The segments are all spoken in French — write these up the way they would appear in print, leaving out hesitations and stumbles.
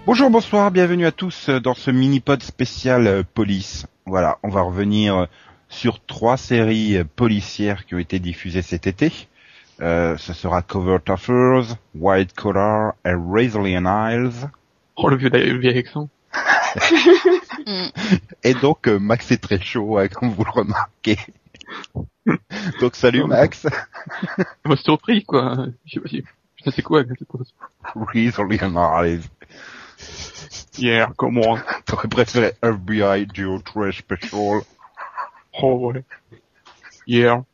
Bonjour, bonsoir, bienvenue à tous dans ce mini-pod spécial police. Voilà, on va revenir sur 3 séries policières qui ont été diffusées cet été. Ce sera Covert Affairs, White Collar et Razorlian Isles. Oh, le vieux accent. Et donc, Max est très chaud, hein, comme vous le remarquez. Donc, salut Max. Je me suis surpris, quoi. Je sais c'est quoi, Razorlian Isles. Yeah, come on. T'aurais préféré FBI Geo Trash Patrol. Oh, ouais. Yeah.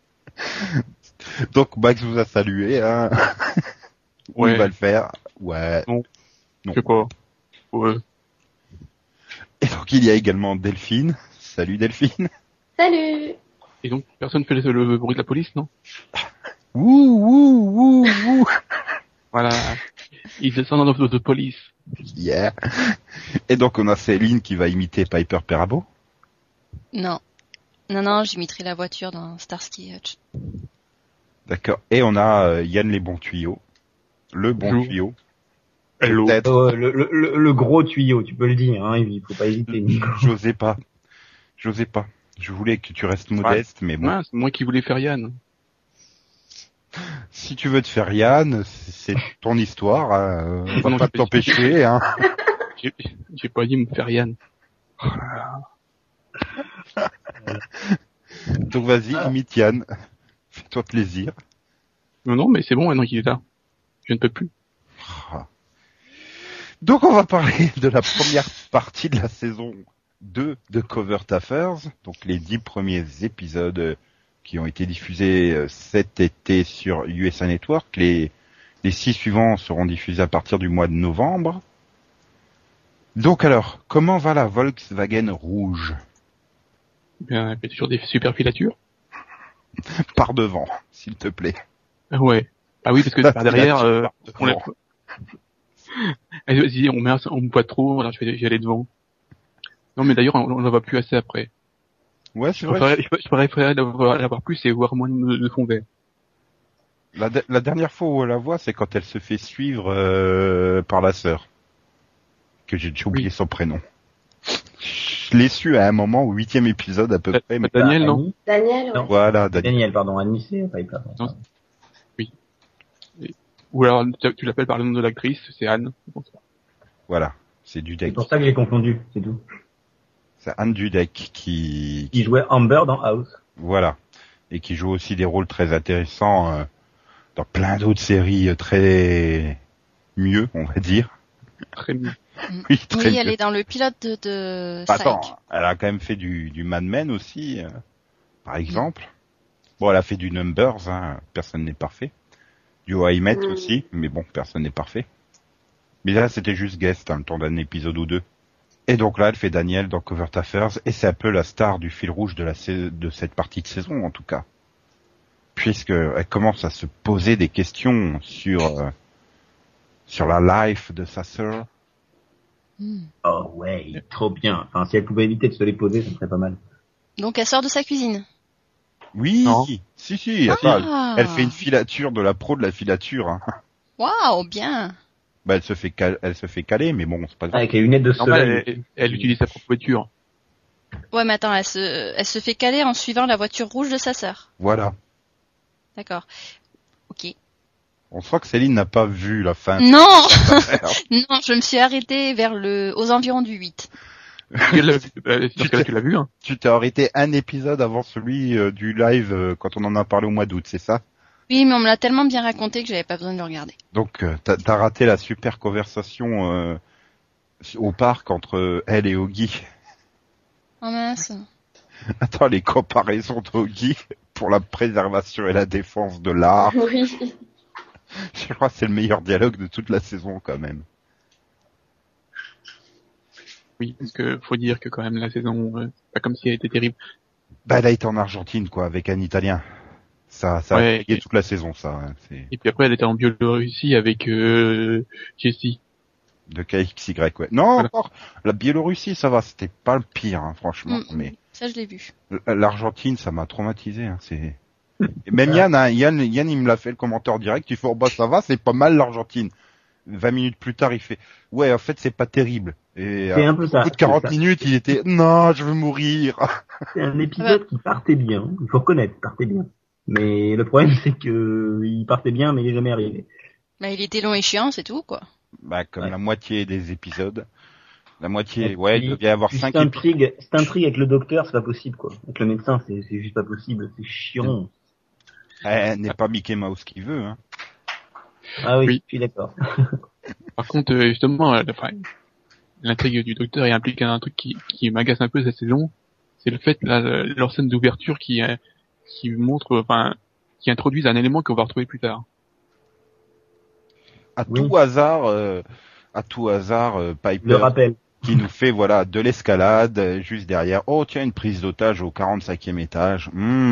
Donc, Max vous a salué, hein. Ouais. Il va le faire. Ouais. Non. Je sais pas. Ouais. Et donc, il y a également Delphine. Salut Delphine. Salut. Et donc, personne fait le bruit de la police, non? Wouh, wouh, wouh, wouh. Voilà. Ils descendent de police. Yeah. Et donc, on a Céline qui va imiter Piper Perabo. Non, j'imiterai la voiture dans Starsky et Hutch. D'accord. Et on a Yann les bons tuyaux. Le bon Bonjour. tuyau. Hello. Peut-être. Le gros tuyau, tu peux le dire, hein, il faut pas hésiter, Nico. J'osais pas. Je voulais que tu restes modeste, mais bon. Ouais, c'est moi qui voulais faire Yann. Si tu veux te faire Yann, c'est ton histoire. Hein. On va Non, pas j'ai- t'empêcher. Hein. J'ai pas dit me faire Yann. Donc vas-y, imite Yann. Fais-toi plaisir. Non, mais c'est bon, maintenant qu'il est là. Je ne peux plus. Donc on va parler de la première partie de la saison 2 de Covert Affairs, donc les 10 premiers épisodes qui ont été diffusés cet été sur USA Network. Les 6 suivants seront diffusés à partir du mois de novembre. Donc alors, comment va la Volkswagen rouge? Bien, il y a toujours des super filatures. Par devant, s'il te plaît. Ah ouais. Ah oui, parce que par derrière, on l'a... Allez, vas-y, on me voit trop, alors je vais aller devant. Non, mais d'ailleurs, on la voit plus assez après. Ouais, c'est Je vrai. préférerais l'avoir plus et voir moins de fond vert. La dernière fois où on la voit, c'est quand elle se fait suivre par la sœur. Que j'ai déjà oublié son prénom. Je l'ai su à un moment au 8e épisode à peu près. Mais... Daniel, non? Annie Daniel, ouais. Non. Voilà, Daniel. Daniel, pardon, Annie, c'est pas hyper. Non. Ou alors, tu l'appelles par le nom de l'actrice, c'est Anne. Voilà, c'est C'est Dudek. pour ça que j'ai confondu, c'est tout. C'est Anne Dudek qui Qui jouait Amber dans House. voilà, et qui joue aussi des rôles très intéressants dans plein d'autres séries très mieux, on va dire. Très bien. Oui, très Oui, elle mieux. est dans le pilote de Bah, Psych. attends, elle a quand même fait du Mad Men aussi, par exemple. Bon, elle a fait du Numbers, hein, personne n'est parfait. Du How I Met aussi, mais bon, personne n'est parfait. Mais là, c'était juste guest, hein, le temps d'un épisode ou deux. Et donc là, elle fait Daniel dans Covert Affairs, et c'est un peu la star du fil rouge de cette partie de saison, en tout cas. Puisque elle commence à se poser des questions sur la life de sa sœur. Oh ouais, trop bien. Enfin, si elle pouvait éviter de se les poser, ça serait pas mal. Donc elle sort de sa cuisine. Oui, Non. si, attends, Ah. elle fait une filature de la pro de la filature, hein. Waouh, bien. Bah, elle se fait caler, mais bon, c'est pas grave. Avec les lunettes de Normal, soleil. elle utilise sa propre voiture. Ouais, mais attends, elle se fait caler en suivant la voiture rouge de sa sœur. Voilà. D'accord. Ok. On sent que Céline n'a pas vu la fin. Non, non, je me suis arrêtée aux environs du 8. Dans ce cas-là, tu l'as vu, hein? Tu t'es arrêté un épisode avant celui du live quand on en a parlé au mois d'août, c'est ça? Oui, mais on me l'a tellement bien raconté que j'avais pas besoin de le regarder. Donc t'as raté la super conversation au parc entre elle et Oggy. Oh mince. Attends, les comparaisons d'Oggy pour la préservation et la défense de l'art. Oui. Je crois que c'est le meilleur dialogue de toute la saison quand même. Oui, parce que faut dire que quand même la saison, pas comme si elle était terrible. Bah elle a été en Argentine quoi, avec un Italien. Ça Ouais, a payé toute la saison ça. Hein. C'est Et puis après, elle était en Biélorussie avec Jessie. de KXY ouais. Non, Voilà. encore la Biélorussie ça va, c'était pas le pire hein, franchement. Mais Ça, je l'ai vu. l'Argentine ça m'a traumatisé. Hein. C'est et même Yann, hein, Yann il me l'a fait le commentaire direct. Il fait oh bah ça va, c'est pas mal l'Argentine. 20 minutes plus tard, il fait ouais, en fait, c'est pas terrible. Et C'est un peu ça. au bout de 40 minutes, il était non, je veux mourir. C'est un épisode qui partait bien. Il faut reconnaître, il partait bien. Mais le problème, c'est que il partait bien, mais il est jamais arrivé. Bah, il était long et chiant, c'est tout, quoi. Bah, comme Ouais. la moitié des épisodes. La moitié, Et ouais, puis- il devait y avoir puis 5 cette épisodes. intrigue avec le docteur, c'est pas possible, quoi. Avec le médecin, c'est juste pas possible. C'est chiant. N'est pas Mickey Mouse qui veut, hein. Ah oui, Oui. je suis d'accord. Par contre, justement, l'intrigue du docteur implique un truc qui m'agace un peu cette saison. C'est le fait, là, leur scène d'ouverture qui montre, qui introduisent un élément qu'on va retrouver plus tard. À Oui. tout hasard, Piper Le rappel. qui nous fait voilà de l'escalade juste derrière. Oh tiens, une prise d'otage au 45e étage.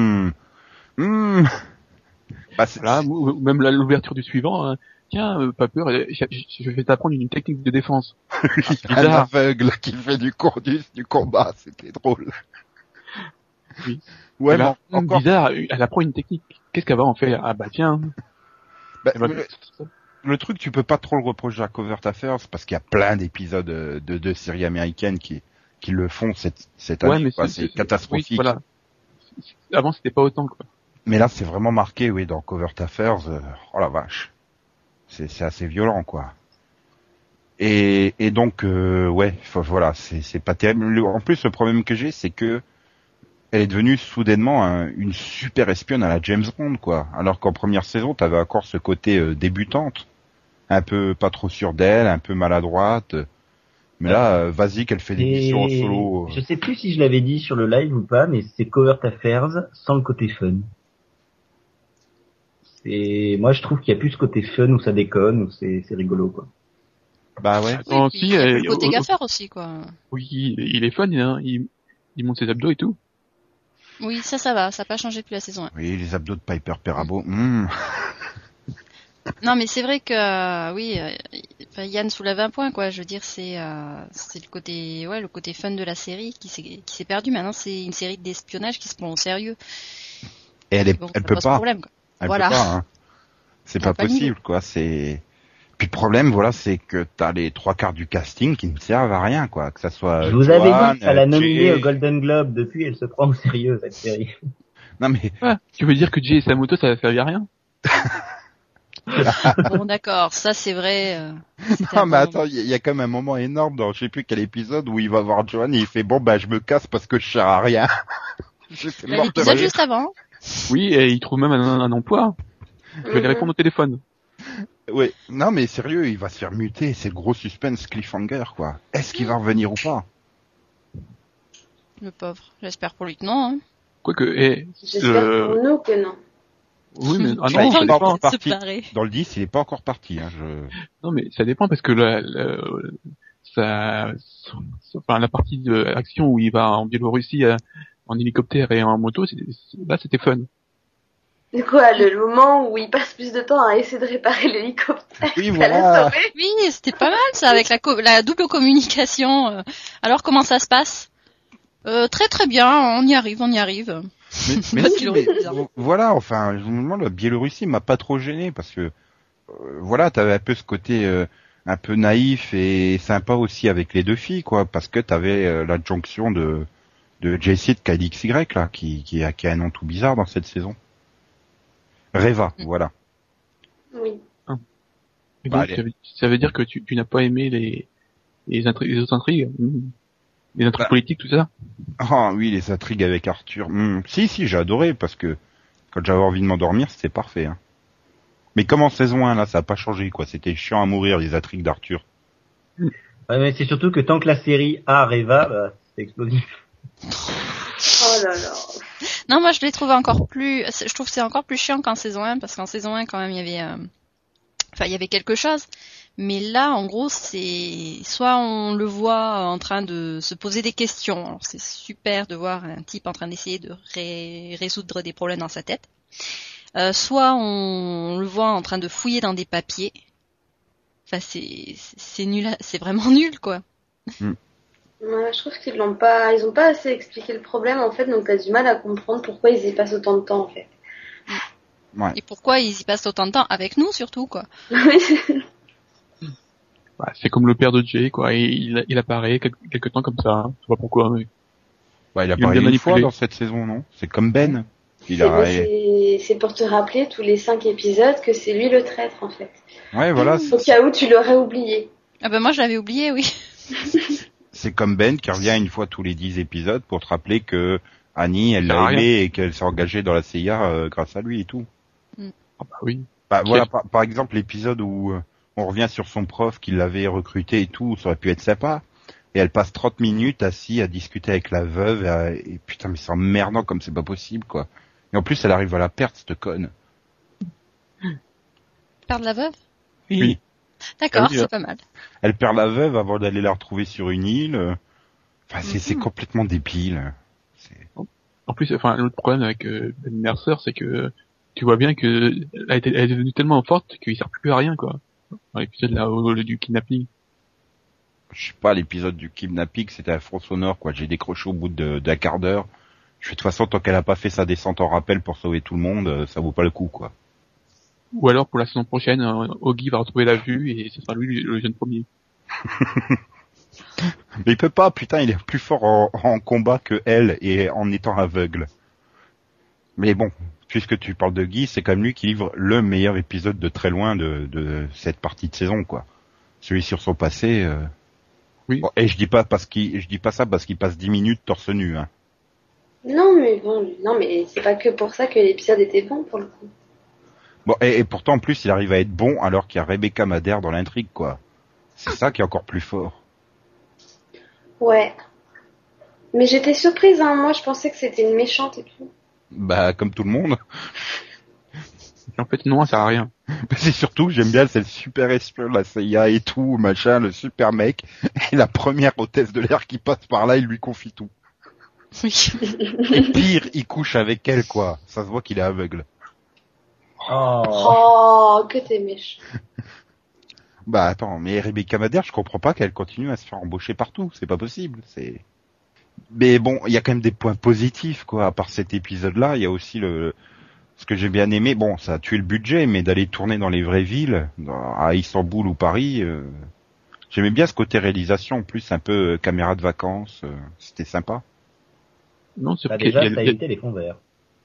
Bah, Voilà, ou même l'ouverture du suivant. Hein. Tiens, pas peur, je vais t'apprendre une technique de défense. un bizarre. aveugle qui fait du combat, c'était drôle. Oui. Ouais, Là, bon, encore. bizarre, elle apprend une technique. Qu'est-ce qu'elle va en faire? Ah bah tiens. Bah, Elle va- le truc, tu peux pas trop le reprocher à Covert Affairs parce qu'il y a plein d'épisodes de séries américaines qui le font cette année. Ouais, mais quoi. C'est catastrophique. Oui, voilà. Avant, c'était pas autant, quoi. Mais là, c'est vraiment marqué, oui, dans Covert Affairs. Oh la vache, c'est assez violent, quoi. Et donc, ouais, voilà, c'est pas terrible. En plus, le problème que j'ai, c'est que elle est devenue soudainement une super espionne à la James Bond, quoi. Alors qu'en première saison, t'avais encore ce côté débutante, un peu pas trop sûre d'elle, un peu maladroite. Mais là, vas-y, qu'elle fait des missions en solo. Je sais plus si je l'avais dit sur le live ou pas, mais c'est Covert Affairs sans le côté fun. Moi, je trouve qu'il y a plus ce côté fun où ça déconne, où c'est rigolo, quoi. Bah ouais. Attends, Oui, puis il y a le côté au- gaffeur aussi, quoi. Oui, il est fun, hein. Il monte ses abdos et tout. Oui, ça va, ça n'a pas changé depuis la saison 1. Oui, les abdos de Piper Perabo. Non, mais c'est vrai que, oui, Yann soulève un point, quoi. Je veux dire, c'est le côté fun de la série qui s'est perdu. Maintenant, c'est une série d'espionnage qui se prend au sérieux. Et elle Donc, peut ça pose pas. problème, quoi. Elle Voilà. peut pas, hein. C'est Elle a pas pas le possible, quoi. Puis le problème, voilà, c'est que t'as les 3/4 du casting qui ne servent à rien, quoi. Que ça soit. Je vous avais Joan, dit qu'elle a nominé Jay. au Golden Globe. Depuis, elle se prend au sérieux, cette série. Non mais. Ah, tu veux dire que Jay et sa moto, ça va servir à rien? Bon, d'accord, ça c'est vrai. C'était Non un mais bon- attends, il y a quand même un moment énorme dans je sais plus quel épisode où il va voir Joan et il fait bon bah je me casse parce que je sers à rien. J'étais Bah, mort de l'épisode rire. juste avant. Oui, et il trouve même un emploi. Je vais aller répondre au téléphone. Oui. Non mais sérieux, il va se faire muter, c'est le gros suspense cliffhanger quoi. Est-ce qu'il va revenir ou pas? Le pauvre. J'espère pour lui que non. Hein. Quoique, J'espère pour nous que non. oui, mais, ah Bah, non, il ça est pas dépend. encore Se parti. barrer. Dans le 10, il est pas encore parti. Hein, Non, mais ça dépend parce que la partie de action où il va en Biélorussie en hélicoptère et en moto, là, c'était fun. Du coup, le moment où il passe plus de temps à essayer de réparer l'hélicoptère Oui, qu'à le voilà. sauver. Oui, c'était pas mal ça avec la double communication. Alors comment ça se passe? Très très bien, on y arrive. Mais Parce si, qu'il aurait mais été bizarre. voilà, enfin, je me demande, la Biélorussie m'a pas trop gêné parce que voilà, t'avais un peu ce côté un peu naïf et sympa aussi avec les deux filles, quoi, parce que t'avais l'adjonction de Jessie de KLXY là, qui a un nom tout bizarre dans cette saison. Reva, voilà. Oui. Et Bah, donc, allez. ça veut dire que tu n'as pas aimé les autres intrigues, les intrigues Bah. politiques, tout ça. Ah oui, les intrigues avec Arthur. Si, j'ai adoré parce que quand j'avais envie de m'endormir, c'était parfait. Hein. Mais comme en saison 1, là, ça a pas changé, quoi. C'était chiant à mourir, les intrigues d'Arthur. Ouais, mais c'est surtout que tant que la série a Reva, bah, c'est explosif. Oh là là. Non, moi je l'ai trouvé encore plus. Je trouve que c'est encore plus chiant qu'en saison 1 parce qu'en saison 1 quand même il y avait, il y avait quelque chose. Mais là, en gros, c'est soit on le voit en train de se poser des questions. Alors c'est super de voir un type en train d'essayer de résoudre des problèmes dans sa tête. Soit on le voit en train de fouiller dans des papiers. Enfin, c'est nul, c'est vraiment nul, quoi. Ouais, je trouve qu'ils ont pas assez expliqué le problème, en fait, donc t'as du mal à comprendre pourquoi ils y passent autant de temps, en fait. Ouais. Et pourquoi ils y passent autant de temps avec nous, surtout, quoi. Oui. Bah, c'est comme le père de Jay, quoi. Et il apparaît quelque temps comme ça. Hein. Je sais pas pourquoi. Mais... Bah, il aime apparaît bien une fois manipuler. dans cette saison, non? C'est comme Ben. Il a... C'est pour te rappeler tous les 5 épisodes que c'est lui le traître en fait. Ouais, voilà. Au cas où tu l'aurais oublié. Ah bah moi je l'avais oublié, oui. C'est comme Ben qui revient une fois tous les 10 épisodes pour te rappeler que Annie, elle Ça sert à l'a rien. aimé et qu'elle s'est engagée dans la CIA grâce à lui et tout. Ah bah oui. Bah Ok. voilà, par exemple, l'épisode où on revient sur son prof qui l'avait recruté et tout, ça aurait pu être sympa. Et elle passe 30 minutes assis à discuter avec la veuve et putain, mais c'est emmerdant comme c'est pas possible, quoi. Et en plus, elle arrive à la perte, cette conne. Perdre la veuve? Oui. D'accord, Ah oui, c'est pas mal. Elle perd la veuve avant d'aller la retrouver sur une île. Enfin, c'est complètement débile. C'est... En plus, enfin, l'autre problème avec Ben Mercer, c'est que tu vois bien que elle est devenue tellement forte qu'il sert plus à rien, quoi. Dans l'épisode là du kidnapping. Je sais pas, l'épisode du kidnapping, c'était à fond sonore, quoi. J'ai décroché au bout d'un quart d'heure. Je fais de toute façon, tant qu'elle a pas fait sa descente en rappel pour sauver tout le monde, ça vaut pas le coup, quoi. Ou alors pour la saison prochaine, Oggy va retrouver la vue et ce sera lui le jeune premier. Mais il peut pas, putain, il est plus fort en combat que elle et en étant aveugle. Mais bon, puisque tu parles de Guy, c'est quand même lui qui livre le meilleur épisode de très loin de cette partie de saison, quoi. Celui sur son passé. Oui. Bon, et je dis pas ça parce qu'il passe 10 minutes torse nu, hein. Non mais c'est pas que pour ça que l'épisode était bon pour le coup. Bon, et pourtant en plus il arrive à être bon alors qu'il y a Rebecca Madère dans l'intrigue, quoi. C'est ça qui est encore plus fort. Ouais. Mais j'étais surprise, hein. Moi je pensais que c'était une méchante et tout. Bah comme tout le monde. Et en fait, non, ça sert à rien. Mais c'est surtout, j'aime bien, c'est le super espion de la CIA et tout, machin, le super mec. Et la première hôtesse de l'air qui passe par là, il lui confie tout. Oui. Et pire, il couche avec elle, quoi. Ça se voit qu'il est aveugle. Oh. Oh, que t'es méchant. Bah attends, mais Rebecca Madère, je comprends pas qu'elle continue à se faire embaucher partout. C'est pas possible. Mais bon, il y a quand même des points positifs, quoi. À part cet épisode-là, il y a aussi ce que j'ai bien aimé. Bon, ça a tué le budget, mais d'aller tourner dans les vraies villes, à Istanbul ou Paris, j'aimais bien ce côté réalisation, en plus un peu caméra de vacances. C'était sympa. Non, c'est Bah qu'il y déjà, a- ça évité les fonds verts.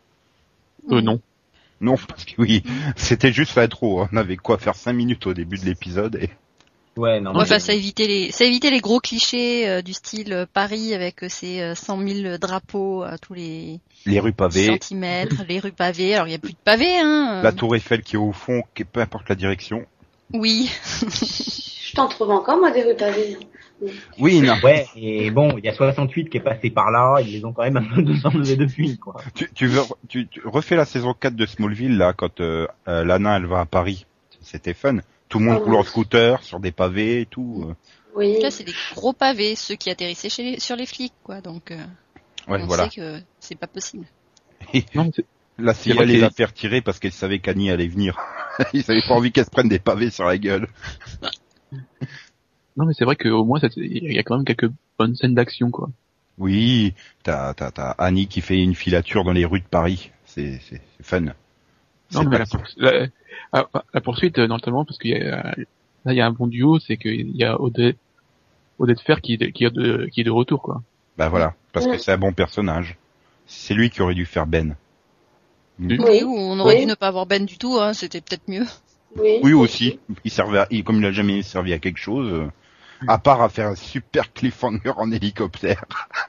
non. Non, parce que oui, c'était juste l'intro. On avait quoi faire 5 minutes au début de l'épisode et... Ouais, non. Ouais, enfin, ça évitait les gros clichés du style Paris avec ses 100 000 drapeaux à tous les Les rues pavées, centimètres, les rues pavées. Alors il y a plus de pavés, hein. la tour Eiffel qui est au fond, peu importe la direction. Oui. Je t'en trouve encore moi des rues pavées. Oui, non. Ouais, et bon, il y a 68 qui est passé par là, ils les ont quand même un peu enlevés depuis, quoi. Tu refais la saison 4 de Smallville, là, quand Lana, elle va à Paris. C'était fun. Tout le monde Oh, roule en oui. scooter, sur des pavés et tout. Oui. Là, c'est des gros pavés, ceux qui atterrissaient sur les flics, quoi. Donc, Ouais, on voilà. sait que c'est pas possible. Non, c'est... La C'est CIA vrai les qu'il- a fait retirer parce qu'elle savait qu'Annie allait venir. Ils avaient pas envie qu'elle se prenne des pavés sur la gueule. Non, mais c'est vrai qu'au moins, il y a quand même quelques bonnes scènes d'action, quoi. Oui, t'as Annie qui fait une filature dans les rues de Paris. C'est fun. Non, C'est mais pas- la poursuite, notamment, parce qu'il y a, là, il y a un bon duo, c'est qu'il y a Odette Fer qui est de retour, quoi. Bah voilà, parce que Ouais. c'est un bon personnage. C'est lui qui aurait dû faire Ben. Oui. Oui. Ou on aurait Oui. dû ne pas avoir Ben du tout, hein. C'était peut-être mieux. Oui aussi. Il servait, comme il a jamais servi à quelque chose, à part à faire un super cliffhanger en hélicoptère.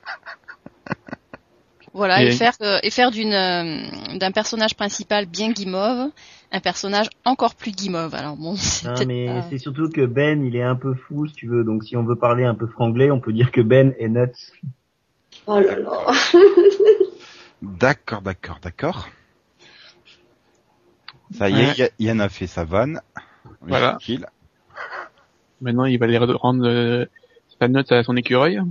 Voilà, Et- et faire d'un personnage principal bien guimauve, un personnage encore plus guimauve. Alors bon, c'est Non, peut-être mais pas... c'est surtout que Ben, il est un peu fou, si tu veux, donc si on veut parler un peu franglais, on peut dire que Ben est nuts. Oh là là. D'accord. Ça y est, Ouais. Yann a fait sa vanne. On est Voilà. tranquille. Maintenant, il va aller rendre sa note à son écureuil.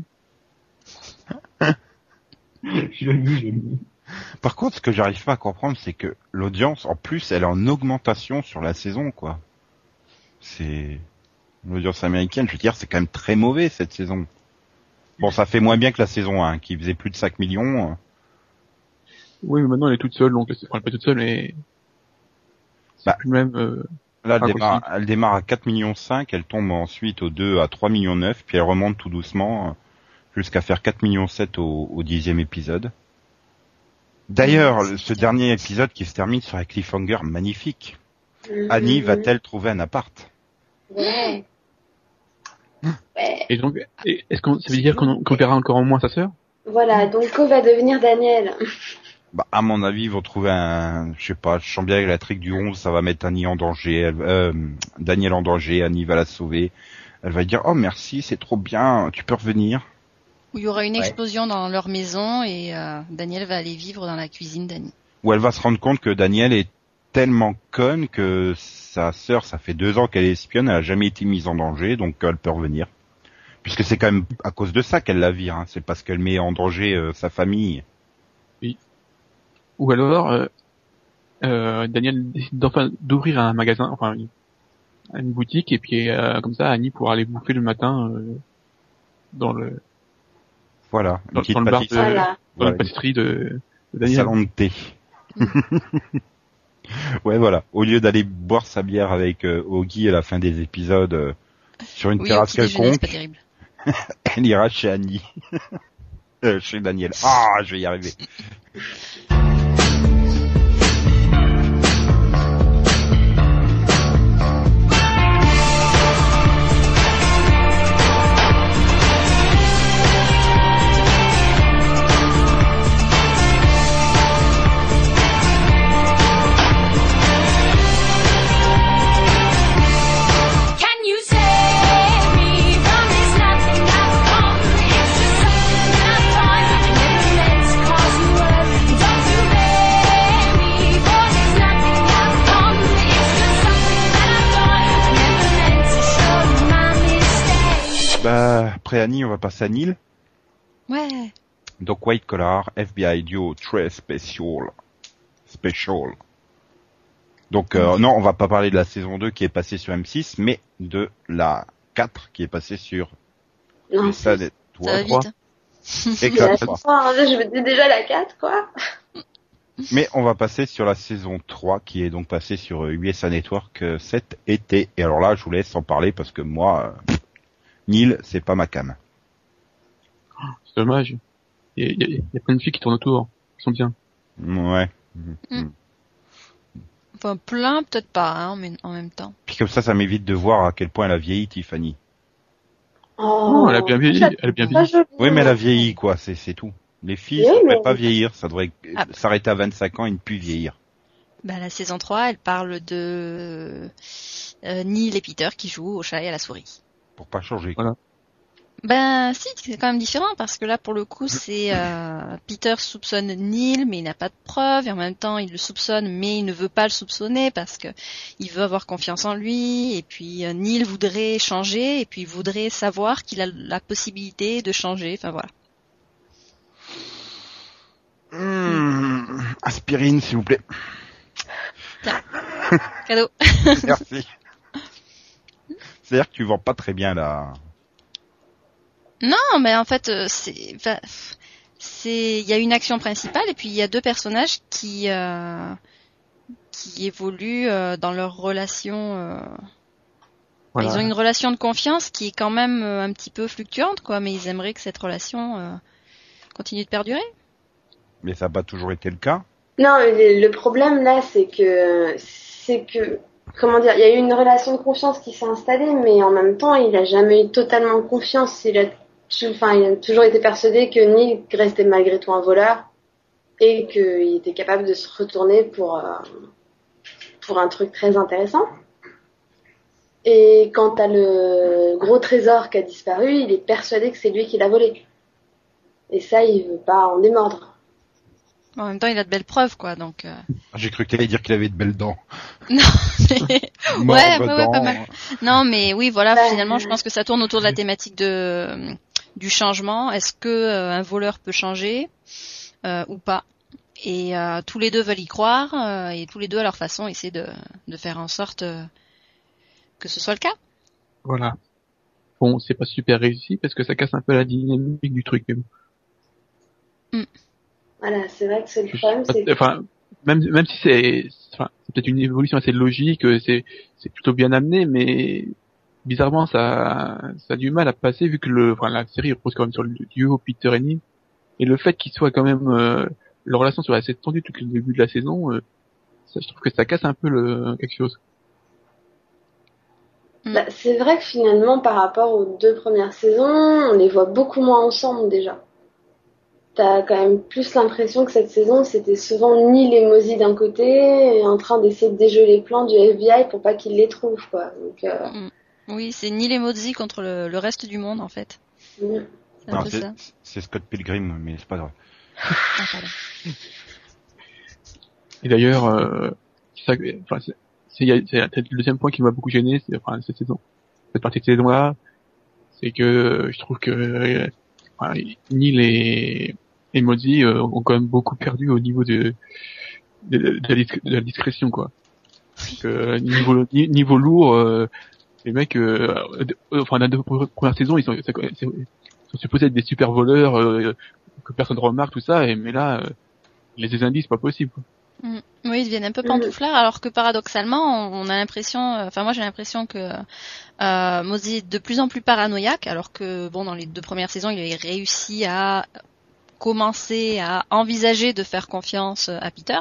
Joli. Par contre, ce que j'arrive pas à comprendre, c'est que l'audience, en plus, elle est en augmentation sur la saison, quoi. C'est l'audience américaine, je veux dire, c'est quand même très mauvais cette saison. Bon, ça fait moins bien que la saison 1, qui faisait plus de 5 millions. Oui, mais maintenant, elle est toute seule, donc, enfin, pas toute seule, mais c'est Bah. plus le même, Là, Raccourci. elle démarre à 4,5 millions, elle tombe ensuite au 2 à 3,9 millions, puis elle remonte tout doucement jusqu'à faire 4,7 millions au 10e épisode. D'ailleurs, ce dernier épisode qui se termine sur un cliffhanger magnifique. Annie va-t-elle trouver un appart? Ouais. Ouais. Et donc, est-ce qu'on, ça veut dire qu'on verra encore au moins sa sœur? Voilà, donc Co va devenir Daniel. Bah, à mon avis, ils vont trouver je sais pas, je sens bien que la trick du 11, ça va mettre Annie en danger, Daniel en danger, Annie va la sauver. Elle va dire, oh merci, c'est trop bien, tu peux revenir. Où il y aura une explosion dans leur maison et Daniel va aller vivre dans la cuisine d'Annie. Où elle va se rendre compte que Daniel est tellement conne que sa sœur, ça fait 2 ans qu'elle est espionne, elle a jamais été mise en danger, donc elle peut revenir. Puisque c'est quand même à cause de ça qu'elle la vire, hein. C'est parce qu'elle met en danger sa famille. Oui. Ou alors, Daniel décide d'ouvrir un magasin, enfin une boutique, et puis comme ça Annie pourra aller bouffer le matin dans le Voilà, une petite dans le bar pâtisserie. Voilà. dans la pâtisserie de Daniel. Salon de thé. Ouais, voilà. Au lieu d'aller boire sa bière avec Oggy à la fin des épisodes sur une Oui, au terrasse petit déjeuner, c'est quelconque, pas terrible. elle ira chez Annie. Chez Daniel. Ah, je vais y arriver. Can you save me from this nothing I've come? It's just something that I find I never meant to cause you worry. Don't you blame me for this nothing I've come. It's just something that I've done. I never meant to show you my mistake. Bah, après Annie, on va passer à Neil. Ouais. Donc White Collar, FBI Duo, très special. Donc non, on va pas parler de la saison 2 qui est passée sur M6, mais de la 4 qui est passée sur Non, ça, c'est Ça va trois. vite. Et la 4, 3, je me dis déjà la 4, quoi. mais on va passer sur la saison 3 qui est donc passée sur USA Network cet été. Et alors là, je vous laisse en parler parce que moi, Neil, c'est pas ma cam. C'est dommage. Il y a plein de filles qui tournent autour. Elles sont bien. Ouais. Enfin, plein, peut-être pas, hein, mais en même temps. Puis comme ça m'évite de voir à quel point elle a vieilli, Tiffany. Oh, elle a bien vieilli, elle a bien Pas vieilli. joli, Oui, mais elle a hein. vieilli, quoi, c'est tout. Les filles, Oui, ça devrait mais- pas vieillir, ça devrait Ah. s'arrêter à 25 ans et ne plus vieillir. Bah, la saison 3, elle parle de Neil et Peter qui jouent au chat et à la souris. Pour pas changer. Voilà. Ben si, c'est quand même différent parce que là pour le coup c'est Peter soupçonne Neil mais il n'a pas de preuves et en même temps il le soupçonne mais il ne veut pas le soupçonner parce que il veut avoir confiance en lui et puis Neil voudrait changer et puis il voudrait savoir qu'il a la possibilité de changer, enfin voilà. Aspirine, s'il vous plaît. Cadeau. Merci. C'est-à-dire que tu vends pas très bien là. Non mais en fait il y a une action principale et puis il y a deux personnages qui évoluent dans leur relation. Voilà. Ils ont une relation de confiance qui est quand même un petit peu fluctuante, quoi, mais ils aimeraient que cette relation continue de perdurer. Mais ça n'a pas toujours été le cas. Non, mais le problème là, c'est que, comment dire, il y a eu une relation de confiance qui s'est installée, mais en même temps, il a jamais eu totalement confiance. Il a toujours été persuadé que Neil restait malgré tout un voleur et qu'il était capable de se retourner pour un truc très intéressant. Et quant à le gros trésor qui a disparu, il est persuadé que c'est lui qui l'a volé. Et ça, il veut pas en démordre. En même temps, il a de belles preuves, quoi, donc. J'ai cru que tu allais dire qu'il avait de belles dents. Non, mais... Mort ouais, dedans. pas mal. Non, mais oui, voilà, Bah, finalement, je pense que ça tourne autour de la thématique du changement. Est-ce que un voleur peut changer ou pas? Et tous les deux veulent y croire et tous les deux à leur façon essaient de faire en sorte que ce soit le cas. Voilà. Bon, c'est pas super réussi parce que ça casse un peu la dynamique du truc. Mais bon. Voilà, c'est vrai que c'est le problème, c'est que... Enfin, même si c'est peut-être une évolution assez logique, c'est plutôt bien amené, mais bizarrement ça a du mal à passer vu que la série repose quand même sur le duo Peter et Neil, et le fait qu'ils soient quand même leur relation soit assez tendue depuis le début de la saison, ça, je trouve que ça casse un peu quelque chose. Bah, c'est vrai que finalement, par rapport aux 2 premières saisons, on les voit beaucoup moins ensemble déjà. T'as quand même plus l'impression que cette saison, c'était souvent Neil et Mosey d'un côté, et en train d'essayer de déjouer les plans du FBI pour pas qu'ils les trouvent, quoi. Donc, Oui, c'est Neil et Mosey contre le reste du monde, en fait. mm. C'est un Non, peu ça. c'est Scott Pilgrim, mais c'est pas grave. Ah, pardon. Et d'ailleurs, c'est peut-être le deuxième point qui m'a beaucoup gêné, cette saison, cette partie de saison-là, c'est que je trouve que Neil et Mosey ont quand même beaucoup perdu au niveau de la discrétion, quoi. Que niveau lourd, les mecs, dans la première saison, ils sont supposés être des super voleurs que personne ne remarque, tout ça, mais là, les indices, c'est pas possible, quoi. Oui, ils deviennent un peu pantouflards, alors que paradoxalement, on a l'impression, moi j'ai l'impression que Mosey est de plus en plus paranoïaque, alors que bon, dans les 2 premières saisons, il avait réussi à commencer à envisager de faire confiance à Peter.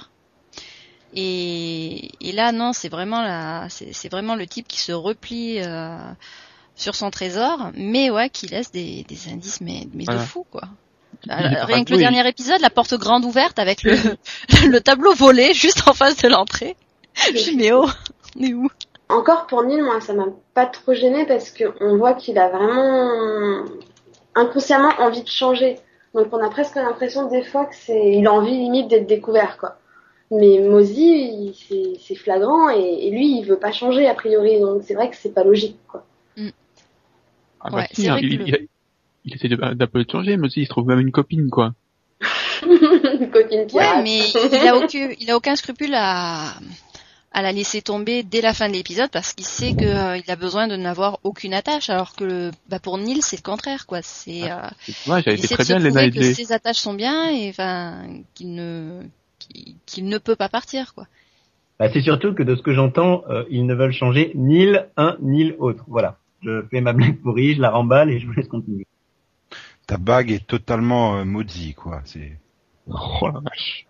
Et là, non, c'est vraiment le type qui se replie sur son trésor, mais ouais, qui laisse des indices, mais Voilà. de fou, quoi. parano, Rien que le dernier épisode, la porte grande ouverte avec le tableau volé juste en face de l'entrée. Je dis, mais oh, on est où? Encore pour Neil, moi, ça m'a pas trop gêné parce qu'on voit qu'il a vraiment inconsciemment envie de changer. Donc on a presque l'impression des fois que il a envie limite d'être découvert, quoi. Mais Mosey, c'est flagrant et lui, il veut pas changer a priori. Donc c'est vrai que c'est pas logique, quoi. Ah Ouais, si, c'est vrai que il essaie d'un peu de changer, mais aussi il se trouve même une copine, quoi. Une copine pirate. Ouais, mais il a aucun scrupule à la laisser tomber dès la fin de l'épisode parce qu'il sait que il a besoin de n'avoir aucune attache, alors que pour Neil c'est le contraire, quoi. C'est Ouais, j'avais il été essaie très de se bien, Lena prouver que Headey. ses attaches sont bien et qu'il ne peut pas partir, quoi. Bah, c'est surtout que de ce que j'entends, ils ne veulent changer ni un ni l'autre. Voilà. Je fais ma blague pourrie, je la remballe et je vous laisse continuer. Ta bague est totalement maudite, quoi. C'est. Oh la vache.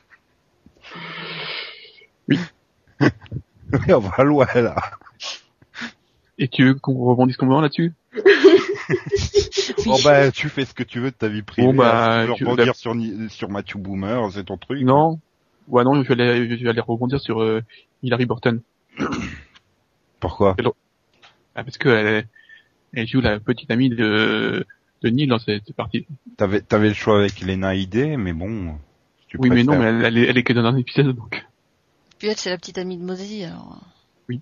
On va loin, là. Et tu veux qu'on rebondisse complètement là-dessus? Bon, bah, tu fais ce que tu veux de ta vie privée. Bon, bah, Si tu veux rebondir sur Matthew Boomer, c'est ton truc. Non. Ouais, non, je vais aller rebondir sur Hilary Burton. Pourquoi? Ah, parce que elle joue la petite amie de Neil dans cette partie. T'avais le choix avec Lena Headey, mais bon. Si tu Oui, mais non, préfères. mais elle est que dans un épisode, donc. Puis elle, c'est la petite amie de Mosey, alors. Oui.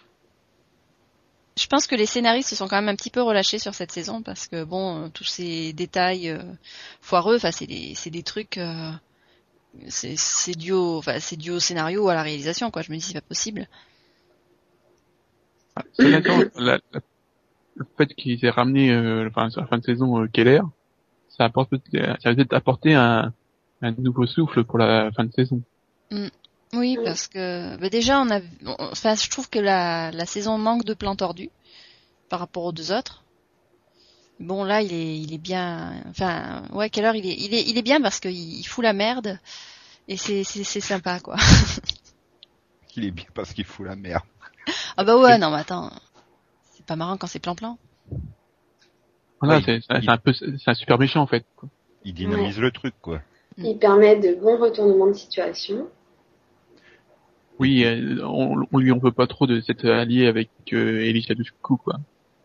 Je pense que les scénaristes se sont quand même un petit peu relâchés sur cette saison parce que bon, tous ces détails foireux, enfin c'est des trucs, c'est dû au scénario ou à la réalisation, quoi. Je me dis c'est pas possible. Honnêtement, le fait qu'ils aient ramené, sur la fin de saison, Keller, ça va peut-être apporter un nouveau souffle pour la fin de saison. Oui, parce que déjà je trouve que la saison manque de plans tordus par rapport aux 2 autres. Bon là, il est bien. Enfin, ouais, Keller, il est bien parce qu'il fout la merde et c'est sympa, quoi. Il est bien parce qu'il fout la merde. Ah bah ouais, non mais attends, c'est pas marrant quand c'est plan-plan. Voilà, Oui, c'est un super méchant, en fait, quoi. Il dynamise le truc, quoi. Il permet de bons retournements de situation. Oui, on lui en veut pas trop de s'être allié avec Elisha Dushku, quoi.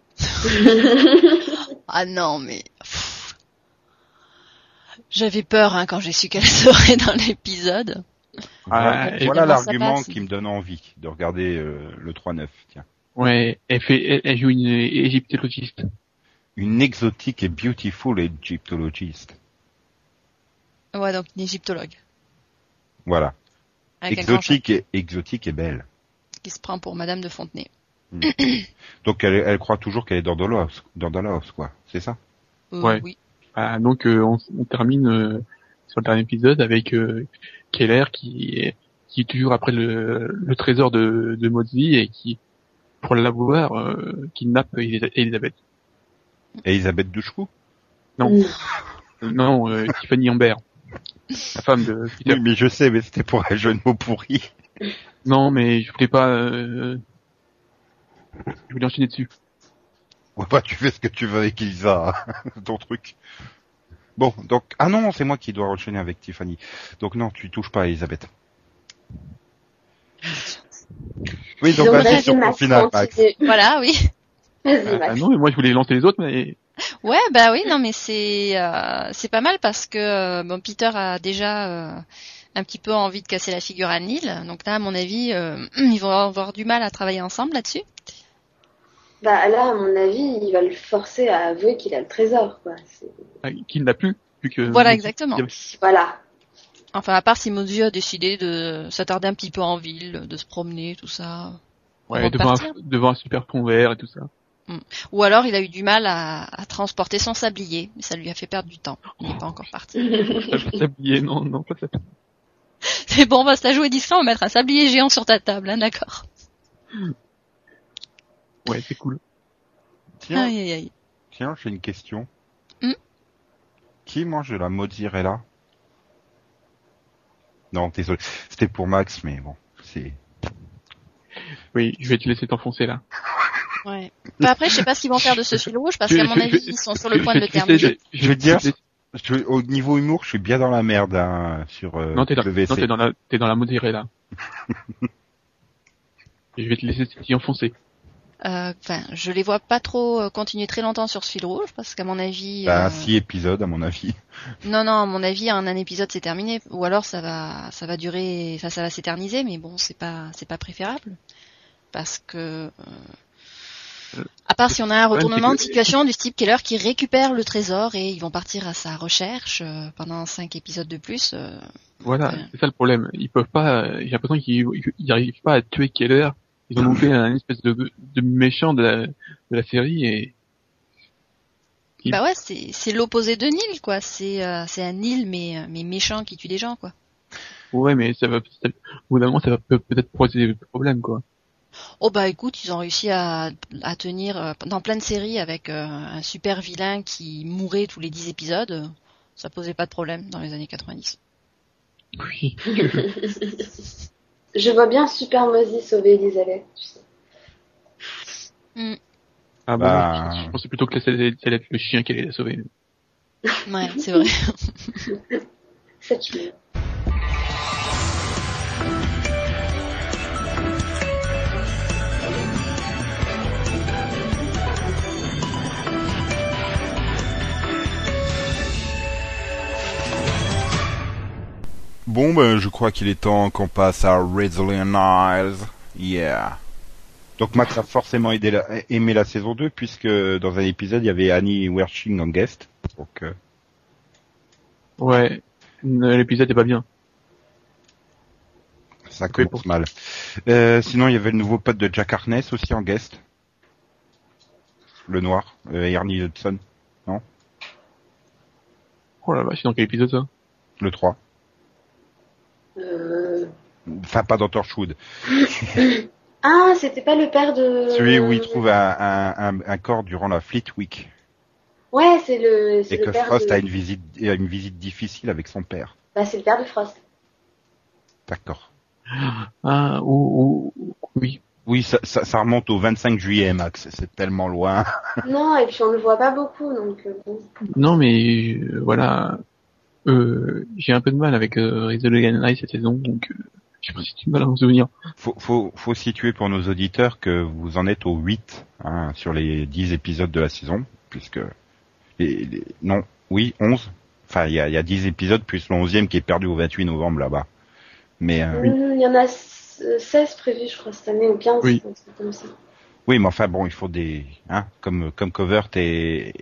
Ah non mais j'avais peur quand j'ai su qu'elle serait dans l'épisode. Ah, Voilà, et voilà comment ça l'argument passe. qui me donne envie de regarder le 3-9, tiens. Ouais, elle joue une égyptologiste. Une exotique et beautiful égyptologiste. Ouais, donc une égyptologue. Voilà. Avec un grand chat Exotique et belle. qui se prend pour Madame de Fontenay. Donc elle croit toujours qu'elle est Dordolos, quoi. C'est ça? Ouais. Oui. Ah, donc on termine sur le dernier épisode avec Keller qui est toujours après le trésor de Mozzie et qui, pour l'avoir, kidnappe Elisabeth. Elisabeth Douchkou? Non, non, Tiffany Amber, la femme de Peter. Oui, mais je sais, mais c'était pour un jeu de mots pourri. Non, mais je voulais pas. Je voulais enchaîner dessus. Ouais, bah, tu fais ce que tu veux avec Elisa, ton truc. Bon, donc, ah non, c'est moi qui dois enchaîner avec Tiffany. Donc non, tu touches pas à Elisabeth. Oui, donc Donc, vas-y vas-y, sur ton Max, final, Max. continue. Voilà, oui. Vas-y, Max. Non, mais moi je voulais lancer les autres, mais Ouais, bah oui, non, mais c'est pas mal parce que bon, Peter a déjà un petit peu envie de casser la figure à Neil. Donc là, à mon avis, ils vont avoir du mal à travailler ensemble là-dessus. Bah là, à mon avis, il va le forcer à avouer qu'il a le trésor, quoi. qu'il n'a plus, vu que. Voilà, exactement. Voilà. Enfin, à part si Mozzie a décidé de s'attarder un petit peu en ville, de se promener, tout ça. Ouais, avant de partir. devant un super pont vert et tout ça. Ou alors il a eu du mal à transporter son sablier, mais ça lui a fait perdre du temps. Il n'est pas encore parti. Sablier, non, pas ça. C'est bon, on va se la jouer discret, on va mettre un sablier géant sur ta table, hein, d'accord. Ouais, c'est cool. Tiens, Aïe, aïe, aïe. tiens, j'ai une question. Hmm. Qui mange de la mozzarella? Non, désolé. C'était pour Max, mais bon, c'est... Oui, je vais te laisser t'enfoncer là. Ouais. Bah après, je sais pas ce qu'ils vont faire de ce fil rouge, parce qu'à mon avis, ils sont sur le point de le terminer. Je veux dire, au niveau humour, je suis bien dans la merde, hein, sur Non, t'es le WC. t'es dans la mozzarella. Et je vais te laisser t'y enfoncer. Enfin, je les vois pas trop continuer très longtemps sur ce fil rouge, parce qu'à mon avis... Bah, 6 épisodes, à mon avis. Non, à mon avis, en un épisode, c'est terminé. Ou alors, ça va durer, enfin, ça va s'éterniser, mais bon, c'est pas préférable. Parce que, à part si on a un retournement de situation du type Keller qui récupère le trésor et ils vont partir à sa recherche pendant 5 épisodes de plus. Voilà, Ouais. c'est ça le problème. Ils peuvent pas, j'ai l'impression qu'ils arrivent pas à tuer Keller. Ils ont monté un espèce de méchant de la série et... Bah ouais, c'est l'opposé de Neil, quoi. C'est un Neil, mais méchant qui tue des gens, quoi. Ouais, mais au bout d'un moment, ça va peut-être poser des problèmes, quoi. Oh bah écoute, ils ont réussi à tenir dans plein de séries avec un super vilain qui mourait tous les 10 épisodes. Ça posait pas de problème dans les années 90. Oui. Je vois bien Super Mozzie sauver Elisabeth, tu sais. Ah Bah. bon, je pensais plutôt que ça allait être le chien qui allait la sauver. Ouais, c'est vrai. Cette chimie. Bon, ben, je crois qu'il est temps qu'on passe à Resolute Niles. Yeah. Donc Max a forcément aimé la saison 2, puisque dans un épisode, il y avait Annie Wersching en guest. Donc, Ouais, l'épisode est pas bien. ça commence mal. Sinon, il y avait le nouveau pote de Jack Harkness aussi en guest. Le noir, Ernie Hudson. Oh la vache, c'est dans quel épisode ça? Le 3. Enfin, pas dans Torchwood. Ah, c'était pas le père de... Celui où il trouve un corps durant la Fleet Week. Ouais, c'est Et le que père Frost de... a une visite difficile avec son père. Bah, c'est le père de Frost. D'accord. Ah, oui. Oui, ça remonte au 25 juillet, Max. C'est tellement loin. Non, et puis on le voit pas beaucoup, donc bon. Non, mais voilà. J'ai un peu de mal avec Resolute Night cette saison, donc j'ai pas si du mal à m'en souvenir. Faut situer pour nos auditeurs que vous en êtes au 8, hein, sur les 10 épisodes de la saison, puisque non, oui, 11. Enfin, il y a 10 épisodes plus le 11e qui est perdu au 28 novembre là-bas. Mais Il y en a 16 prévus, je crois, cette année, ou 15, Oui. un truc comme ça. oui, mais enfin bon, il faut des, hein, comme Covert et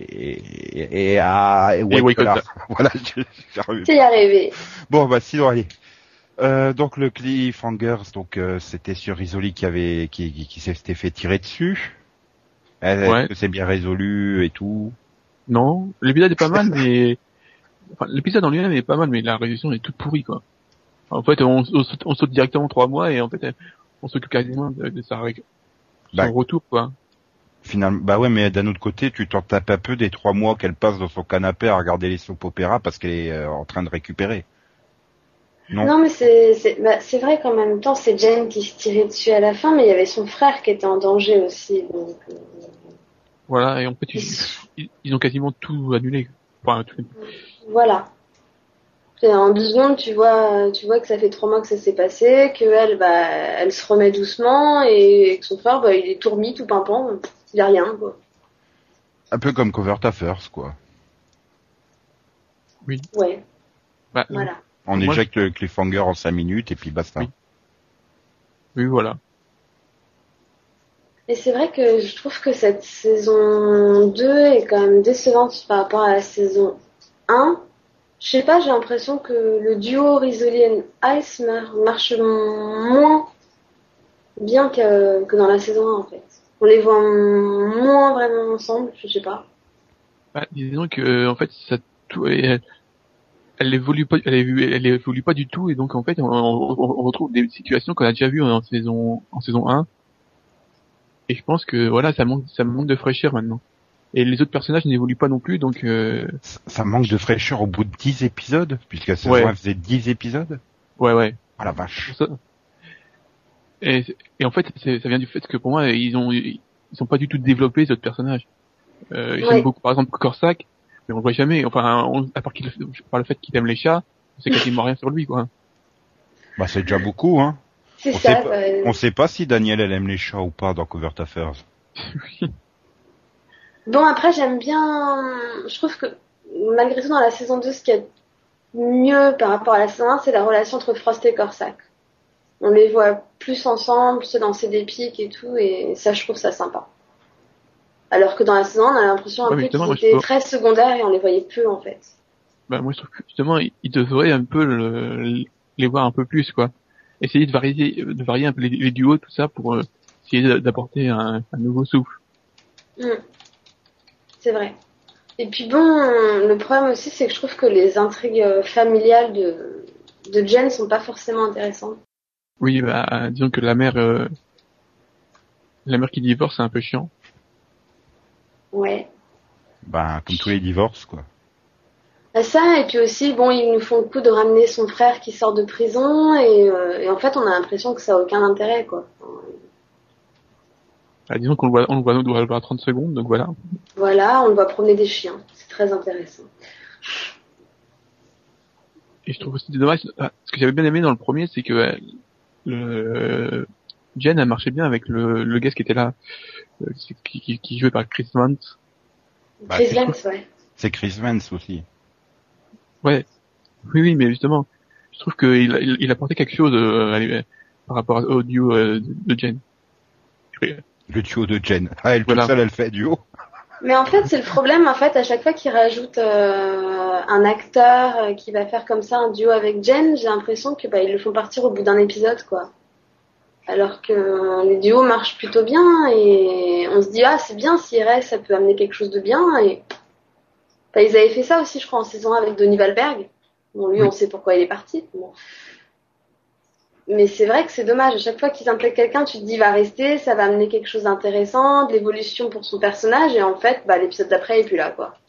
White White Collar. Collar. Voilà, j'arrive. C'est y arrivé. Bon, bah sinon, allez. Donc le cliffhangers, donc c'était sur Rizzoli qui s'était fait tirer dessus. Est-ce Ouais. que c'est bien résolu et tout? Non, l'épisode est pas mal, mais enfin, l'épisode en lui-même est pas mal, mais la résolution est toute pourrie, quoi. En fait, on saute directement 3 mois et en fait, on s'occupe quasiment de Bah, son retour, quoi. finalement, bah ouais, mais d'un autre côté, tu t'en tapes un peu des 3 mois qu'elle passe dans son canapé à regarder les soap opéras parce qu'elle est en train de récupérer. Non. Non, mais c'est vrai qu'en même temps, c'est Jen qui se tirait dessus à la fin, mais il y avait son frère qui était en danger aussi. Donc, Voilà, et en fait, ils ont quasiment tout annulé. Enfin, tout. voilà. Et en 2 secondes, tu vois que ça fait 3 mois que ça s'est passé, que elle, bah, elle se remet doucement, et que son frère, bah, il est tout remis, tout pimpant, il a rien, quoi. Un peu comme Cover Ta First, quoi. Ouais, Bah, voilà. On Moi, éjecte le cliffhanger en 5 minutes et puis basta. Oui. Oui, voilà. Et c'est vrai que je trouve que cette saison 2 est quand même décevante par rapport à la saison 1. Je sais pas, j'ai l'impression que le duo Rizzoli et Ice marche moins bien que dans la saison 1, en fait. On les voit moins vraiment ensemble, je sais pas. Bah, disons que, en fait, ça, tout, elle évolue pas, elle évolue pas du tout, et donc, en fait, on retrouve des situations qu'on a déjà vues en saison 1. Et je pense que, voilà, ça manque de fraîcheur maintenant. Et les autres personnages n'évoluent pas non plus, donc, Ça manque de fraîcheur au bout de 10 épisodes, puisque la saison Ouais. 1 faisait 10 épisodes. ouais. Ah la vache. Ça- Et en fait, ça vient du fait que pour moi, ils sont pas du tout développés, ces autres personnages. Ouais. J'aime beaucoup, par exemple, Corsac, mais on le voit jamais. Enfin, à part par le fait qu'il aime les chats, on sait quasiment rien sur lui, quoi. Bah c'est déjà beaucoup, hein. C'est On ça. sait pas, on sait pas si Daniel elle aime les chats ou pas dans Cover Ta First. Bon, après, j'aime bien. Je trouve que malgré tout, dans la saison 2, ce qui est mieux par rapport à la saison 1, c'est la relation entre Frost et Corsac. On les voit plus ensemble, se lancer des pics et tout, et ça, je trouve ça sympa. Alors que dans la saison 1, on a l'impression un Ouais, peu mais justement, qu'ils moi, je étaient trouve- très secondaires et on les voyait peu, en fait. Bah, moi, je trouve que, justement, ils devraient un peu les voir un peu plus, quoi. Essayer de varier un peu les duos, tout ça, pour essayer d'apporter un nouveau souffle. Mm. C'est vrai. Et puis bon, le problème aussi, c'est que je trouve que les intrigues familiales de Jen sont pas forcément intéressantes. Oui, bah, disons que la mère qui divorce, c'est un peu chiant. Ouais. Bah comme tous les divorces, quoi. Bah, ça, et puis aussi, bon, ils nous font le coup de ramener son frère qui sort de prison, et en fait, on a l'impression que ça a aucun intérêt, quoi. Bah, disons qu'on le voit à 30 secondes, donc voilà. Voilà, on le voit promener des chiens. C'est très intéressant. Et je trouve aussi dommage, ce que j'avais bien aimé dans le premier, c'est que Jen a marché bien avec le gars qui était là, qui jouait par Chris Vance. Bah, Chris c'est Vance, ouais. C'est Chris Vance aussi. Ouais, oui, mais justement, je trouve qu'il apportait quelque chose par rapport au duo de Jen. Le duo de Jen. Ah, elle Voilà. toute seule, elle fait duo. Mais en fait, c'est le problème, en fait, à chaque fois qu'ils rajoutent un acteur qui va faire comme ça un duo avec Jen, j'ai l'impression que bah, ils le font partir au bout d'un épisode, quoi. Alors que les duos marchent plutôt bien et on se dit ah c'est bien s'il reste, ça peut amener quelque chose de bien et bah, ils avaient fait ça aussi je crois en saison 1 avec Donny Wahlberg. Bon lui Oui. on sait pourquoi il est parti. Bon. Mais c'est vrai que c'est dommage, à chaque fois qu'ils impliquent quelqu'un, tu te dis il va rester, ça va amener quelque chose d'intéressant, de l'évolution pour son personnage et en fait bah l'épisode d'après il est plus là quoi.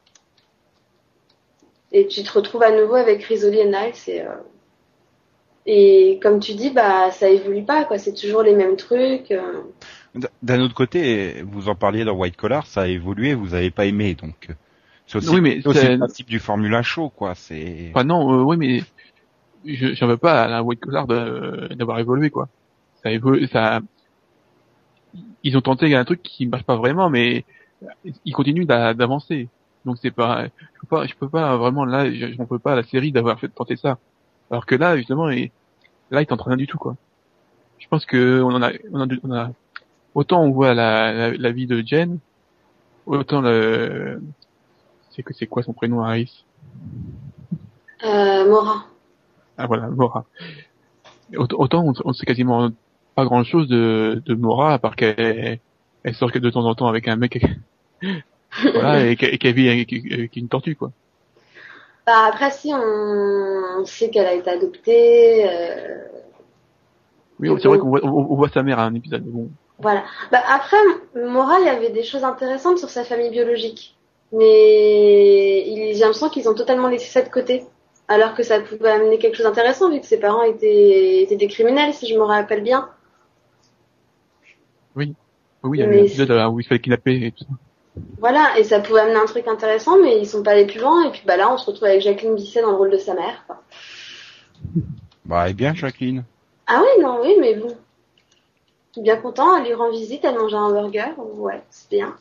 Et tu te retrouves à nouveau avec Rizzoli et Niles et comme tu dis, bah ça évolue pas, quoi. C'est toujours les mêmes trucs. D'un autre côté, vous en parliez dans White Collar, ça a évolué, vous avez pas aimé, donc c'est aussi, Oui, mais c'est aussi c'est- le principe du Formula Show, quoi. C'est Enfin non, oui, mais j'en veux pas à la White Collar d'avoir évolué, quoi. Ça évolue, ils ont tenté un truc qui marche pas vraiment, mais ils continuent d'avancer. Donc c'est pas, je peux pas vraiment là, j'en peux pas à la série d'avoir tenté ça. Alors que là, justement, là, ils tentent rien du tout, quoi. Je pense que on a autant on voit la vie de Jen, autant c'est quoi son prénom, Harris? Mora. Ah voilà, Mora. Autant on sait quasiment pas grand chose de Mora, à part qu'elle sort que de temps en temps avec un mec, voilà, et qu'elle vit avec une tortue, quoi. Bah, après, si, on sait qu'elle a été adoptée. Oui, c'est vrai qu'on on voit sa mère à un épisode, mais bon. Voilà. Bah, après, Mora, il y avait des choses intéressantes sur sa famille biologique. Mais j'ai l'impression qu'ils ont totalement laissé ça de côté. Alors que ça pouvait amener quelque chose d'intéressant, vu que ses parents étaient des criminels, si je me rappelle bien. Oui, il y a Mais un épisode où il se fait kidnapper et tout ça. Voilà, et ça pouvait amener un truc intéressant, mais ils sont pas allés plus loin. Et puis bah là, on se retrouve avec Jacqueline Bisset dans le rôle de sa mère, quoi. Bah, et bien, Jacqueline. Ah oui, non, oui, mais bon. Je suis bien content, elle lui rend visite, elle mange un hamburger. Ouais, c'est bien.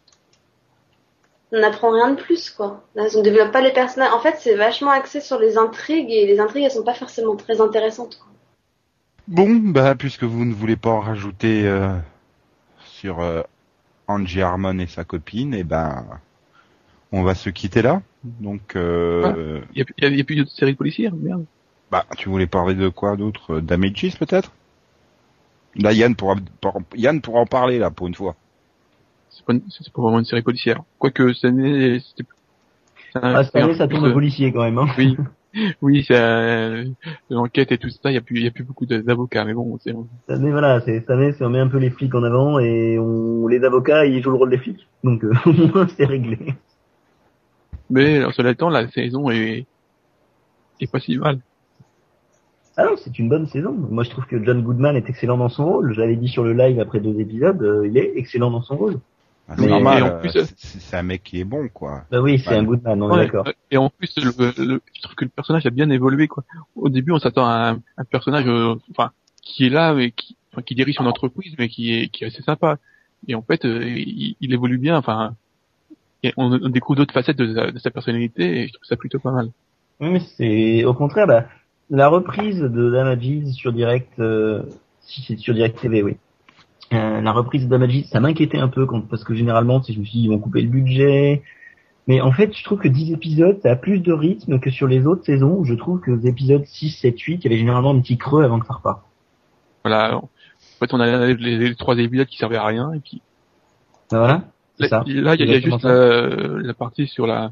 On n'apprend rien de plus, quoi. Là, on développe pas les personnages. En fait, c'est vachement axé sur les intrigues, et les intrigues, elles sont pas forcément très intéressantes, quoi. Bon, bah, puisque vous ne voulez pas en rajouter sur Angie Harmon et sa copine, et ben, on va se quitter là. Donc, Il y a plus de séries policières, merde. bah, tu voulais parler de quoi d'autre? Damages, peut-être? Là, Yann pourra en parler, là, pour une fois. C'est pas vraiment une série policière. Quoique, cette année, c'était... Cette année, ça tourne au policier quand même. Hein. Oui. Oui, c'est l'enquête et tout ça, il y a plus beaucoup d'avocats, mais bon, c'est... Cette année, voilà, cette année, on met un peu les flics en avant et les avocats, ils jouent le rôle des flics. Donc, au moins, c'est réglé. Mais, cela étant, la saison est pas si mal. Ah non, c'est une bonne saison. Moi, je trouve que John Goodman est excellent dans son rôle. Je l'avais dit sur le live après 2 épisodes, il est excellent dans son rôle. Ah, Mais- c'est normal, et en plus, c'est un mec qui est bon, quoi. Bah oui, c'est Ouais. un Goodman, on est Ouais, d'accord. et en plus, je trouve que le personnage a bien évolué, quoi. Au début, on s'attend à un personnage, qui est là, mais qui dirige son entreprise, mais qui est assez sympa. Et en fait, il évolue bien, et on découvre d'autres facettes de sa personnalité, et je trouve ça plutôt pas mal. Oui, mais c'est au contraire la reprise de Damages sur Direct, si c'est sur Direct TV, oui. La reprise de Damages, ça m'inquiétait un peu parce que généralement, je me suis dit, ils vont couper le budget. Mais en fait, je trouve que 10 épisodes, ça a plus de rythme que sur les autres saisons où je trouve que les épisodes 6, 7, 8, il y avait généralement un petit creux avant que ça reparte. Voilà. En fait, on a les 3 épisodes qui servaient à rien, et puis Ben voilà, c'est ça. là, il y a Exactement juste ça. la partie sur la...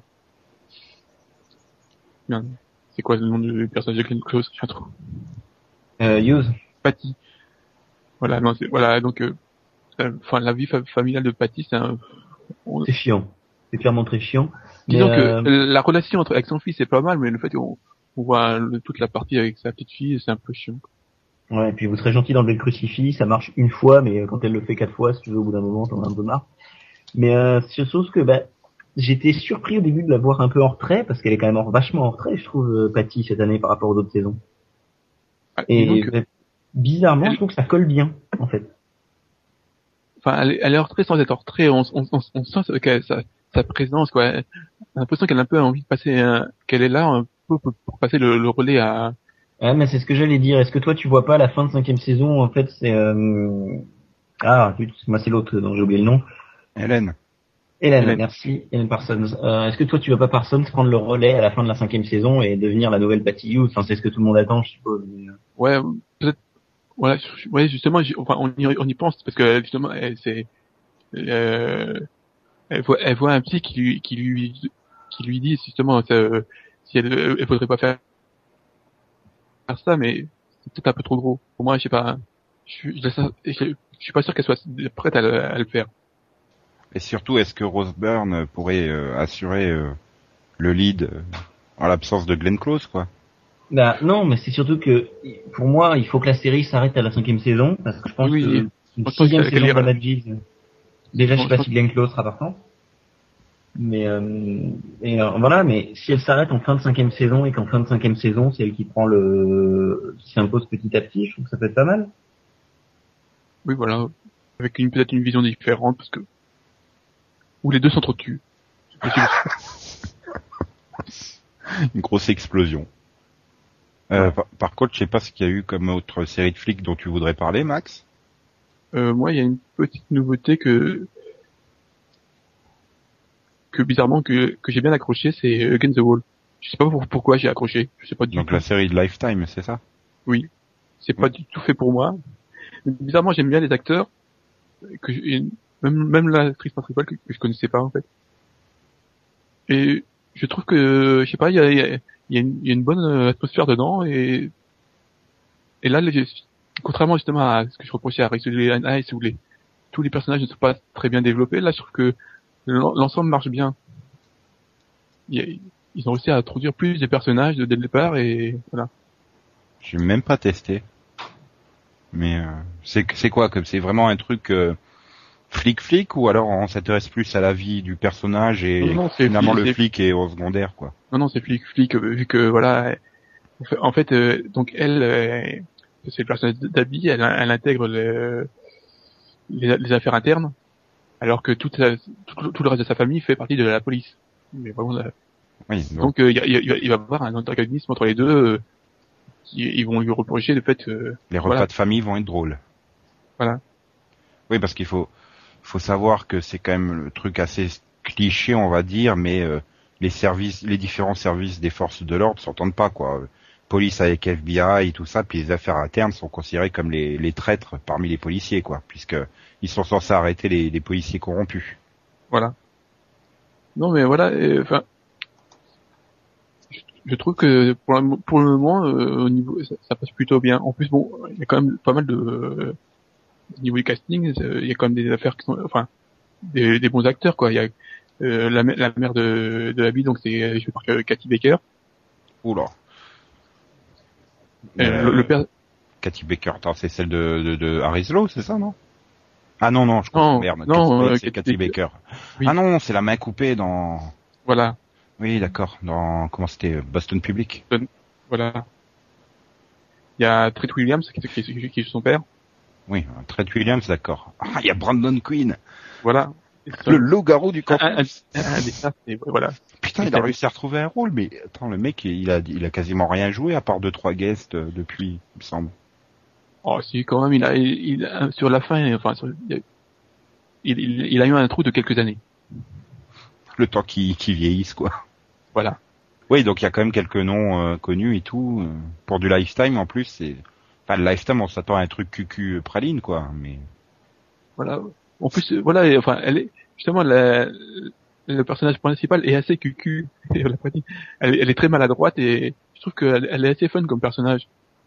Merde. C'est quoi le nom du personnage de Glenn Close? Je trouve. Hughes, Patty. Voilà, non, donc, la vie familiale de Patty, c'est chiant. C'est clairement très chiant. disons Mais, que la relation avec son fils est pas mal, mais le fait qu'on voit toute la partie avec sa petite fille, c'est un peu chiant. ouais, et puis vous serez gentil d'enlever le crucifix, ça marche une fois, mais quand elle le fait 4 fois, si tu veux, au bout d'un moment, t'en as un peu marre. Mais c'est chose que j'étais surpris au début de la voir un peu en retrait, parce qu'elle est quand même vachement en retrait, je trouve, Patty, cette année par rapport aux autres saisons. Ah, Et disons que, bizarrement, je trouve que ça colle bien, en fait. elle est en retrait sans être en retrait, on sent sa présence, quoi. On a l'impression qu'elle a un peu envie de passer, qu'elle est là un peu pour passer le relais à... Ouais, mais c'est ce que j'allais dire. Est-ce que toi, tu vois pas la fin de 5e saison, en fait, c'est... Ah, moi, c'est l'autre dont j'ai oublié le nom. Hélène. Hélène, merci. Hélène Parsons. Est-ce que toi, tu vas pas Parsons prendre le relais à la fin de la 5e saison et devenir la nouvelle Patty Hughes? Enfin, c'est ce que tout le monde attend, je suppose. Mais, Ouais, peut-être, voilà, ouais, justement, on y pense, parce que, justement, elle voit un psy qui lui dit, justement, si elle faudrait pas faire ça, mais c'est peut-être un peu trop gros. Pour moi, je sais pas, je suis pas sûr qu'elle soit prête à le faire. Et surtout, est-ce que Rose Byrne pourrait assurer le lead en l'absence de Glenn Close, quoi? Bah non, mais c'est surtout que pour moi, il faut que la série s'arrête à la 5e saison parce que je pense Oui, que une je pense 6e qu'elle saison ira. de Damages, déjà je sais pas Je si Glenn Close sera partant, mais voilà, mais si elle s'arrête en fin de 5e saison et qu'en fin de 5e saison c'est elle qui prend qui s'impose petit à petit, je trouve que ça peut être pas mal. Oui, voilà, avec peut-être une vision différente, parce que ou les deux s'entretuent. C'est possible. Une grosse explosion. Par contre, je sais pas ce qu'il y a eu comme autre série de flics dont tu voudrais parler, Max. Moi, il y a une petite nouveauté que bizarrement que j'ai bien accroché, c'est Against the Wall. Je sais pas pourquoi j'ai accroché. Je sais pas du Donc tout. la série de Lifetime, c'est ça? Oui. C'est pas du tout fait pour moi. Mais bizarrement, j'aime bien les acteurs même l'actrice principale que je connaissais pas en fait. Et je trouve que, je sais pas, il y a une bonne atmosphère dedans et là, contrairement justement à ce que je reprochais à Resident Evil Ice où tous les personnages ne sont pas très bien développés, là je trouve que l'ensemble marche bien. Ils ont réussi à introduire plus de personnages dès le départ et voilà. J'ai même pas testé. Mais c'est quoi comme c'est vraiment un truc flic ou alors on s'intéresse plus à la vie du personnage et Non, c'est finalement flic, le flic est au secondaire quoi. Non, c'est flic, vu que voilà, en fait, donc elle, c'est le personnage d'Abby, elle intègre les affaires internes, alors que tout le reste de sa famille fait partie de la police. Mais vraiment, Oui, donc il va y avoir un antagonisme entre les deux. Ils vont lui reprocher le fait que les repas de famille vont être drôles. Voilà. Oui, parce qu'il faut savoir que c'est quand même le truc assez cliché, on va dire, mais les différents services des forces de l'ordre s'entendent pas, quoi. Police avec FBI et tout ça, puis les affaires internes sont considérées comme les traîtres parmi les policiers, quoi, puisque ils sont censés arrêter les policiers corrompus. Voilà. Non, mais voilà, enfin, je trouve que pour le moment, au niveau, ça passe plutôt bien. En plus, bon, il y a quand même pas mal de au niveau du casting, il y a quand même des affaires qui sont, enfin, des bons acteurs, quoi. Il y a la mère de Abby, donc c'est joué par Katy Baker. Oula. Le père. Katy Baker, attends, c'est celle de Harry Slow, c'est ça, non? Ah non, je comprends, merde. Non, c'est Katy Baker. Oui. Ah non, c'est la main coupée dans... Voilà. Oui, d'accord, dans, comment c'était, Boston Public. Voilà. Il y a Treat Williams, qui est son père. Oui, Treat Williams, d'accord. Ah, il y a Brandon Quinn. Voilà. Le loup-garou du campus. Voilà. Putain, il a réussi à retrouver un rôle, mais attends, le mec, il a quasiment rien joué à part 2-3 guests depuis, il me semble. Oh, si, quand même, il a sur la fin, enfin, il a eu un trou de quelques années. Le temps qu'il vieillisse, quoi. Voilà. Oui, donc il y a quand même quelques noms connus et tout. Pour du Lifetime, en plus, c'est... Enfin, le Lifetime, on s'attend à un truc cucu praline, quoi, mais... Voilà. En plus, voilà, enfin, elle est, justement, le personnage principal est assez cucu. Elle est très maladroite et je trouve qu'elle est assez fun comme personnage.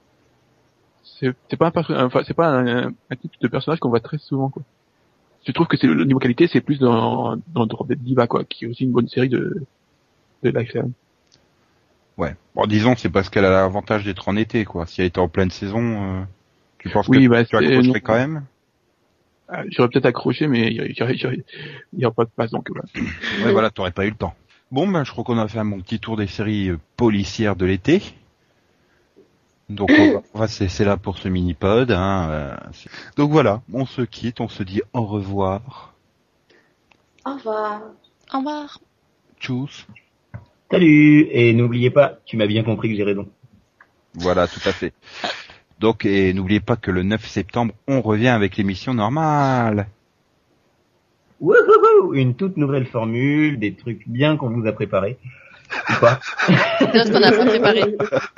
C'est pas un type de personnage qu'on voit très souvent, quoi. Je trouve que le niveau qualité, c'est plus dans Drop Dead Diva, quoi, qui est aussi une bonne série de Lifetime. Ouais. Bon, disons, c'est parce qu'elle a l'avantage d'être en été, quoi. Si elle était en pleine saison, tu penses Oui, que tu accrocherais quand même? J'aurais peut-être accroché, mais il y aura pas de place, donc voilà. Ouais, voilà, t'aurais pas eu le temps. Bon, ben, je crois qu'on a fait un bon petit tour des séries policières de l'été. Donc, on va se laisser là pour ce mini-pod, hein. Donc voilà, on se quitte, on se dit au revoir. Au revoir. Au revoir. Tchuss. Salut. Et n'oubliez pas, tu m'as bien compris que j'ai raison. Voilà, tout à fait. Donc, et n'oubliez pas que le 9 septembre, on revient avec l'émission normale. Wouhouhou, une toute nouvelle formule, des trucs bien qu'on vous a préparés. Ou pas? D'autres qu'on n'a pas préparé.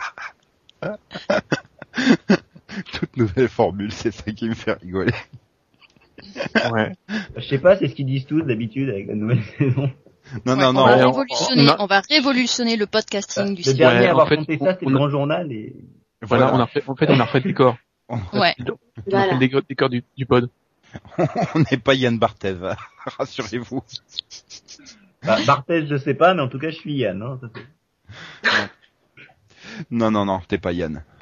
Toute nouvelle formule, c'est ça qui me fait rigoler. Ouais. Je sais pas, c'est ce qu'ils disent tous d'habitude avec la nouvelle saison. Non, Ouais, non, on va révolutionner le podcasting du Le site. dernier à Ouais, avoir en fait, compté ça, c'est on le a- Grand Journal et... Voilà, on a refait le décor. Ouais. On a Voilà. fait le décor du pod. On n'est pas Yann Barthève, rassurez-vous. Bah, Barthez, je sais pas, mais en tout cas, je suis Yann, hein, ça, c'est... Non, t'es pas Yann.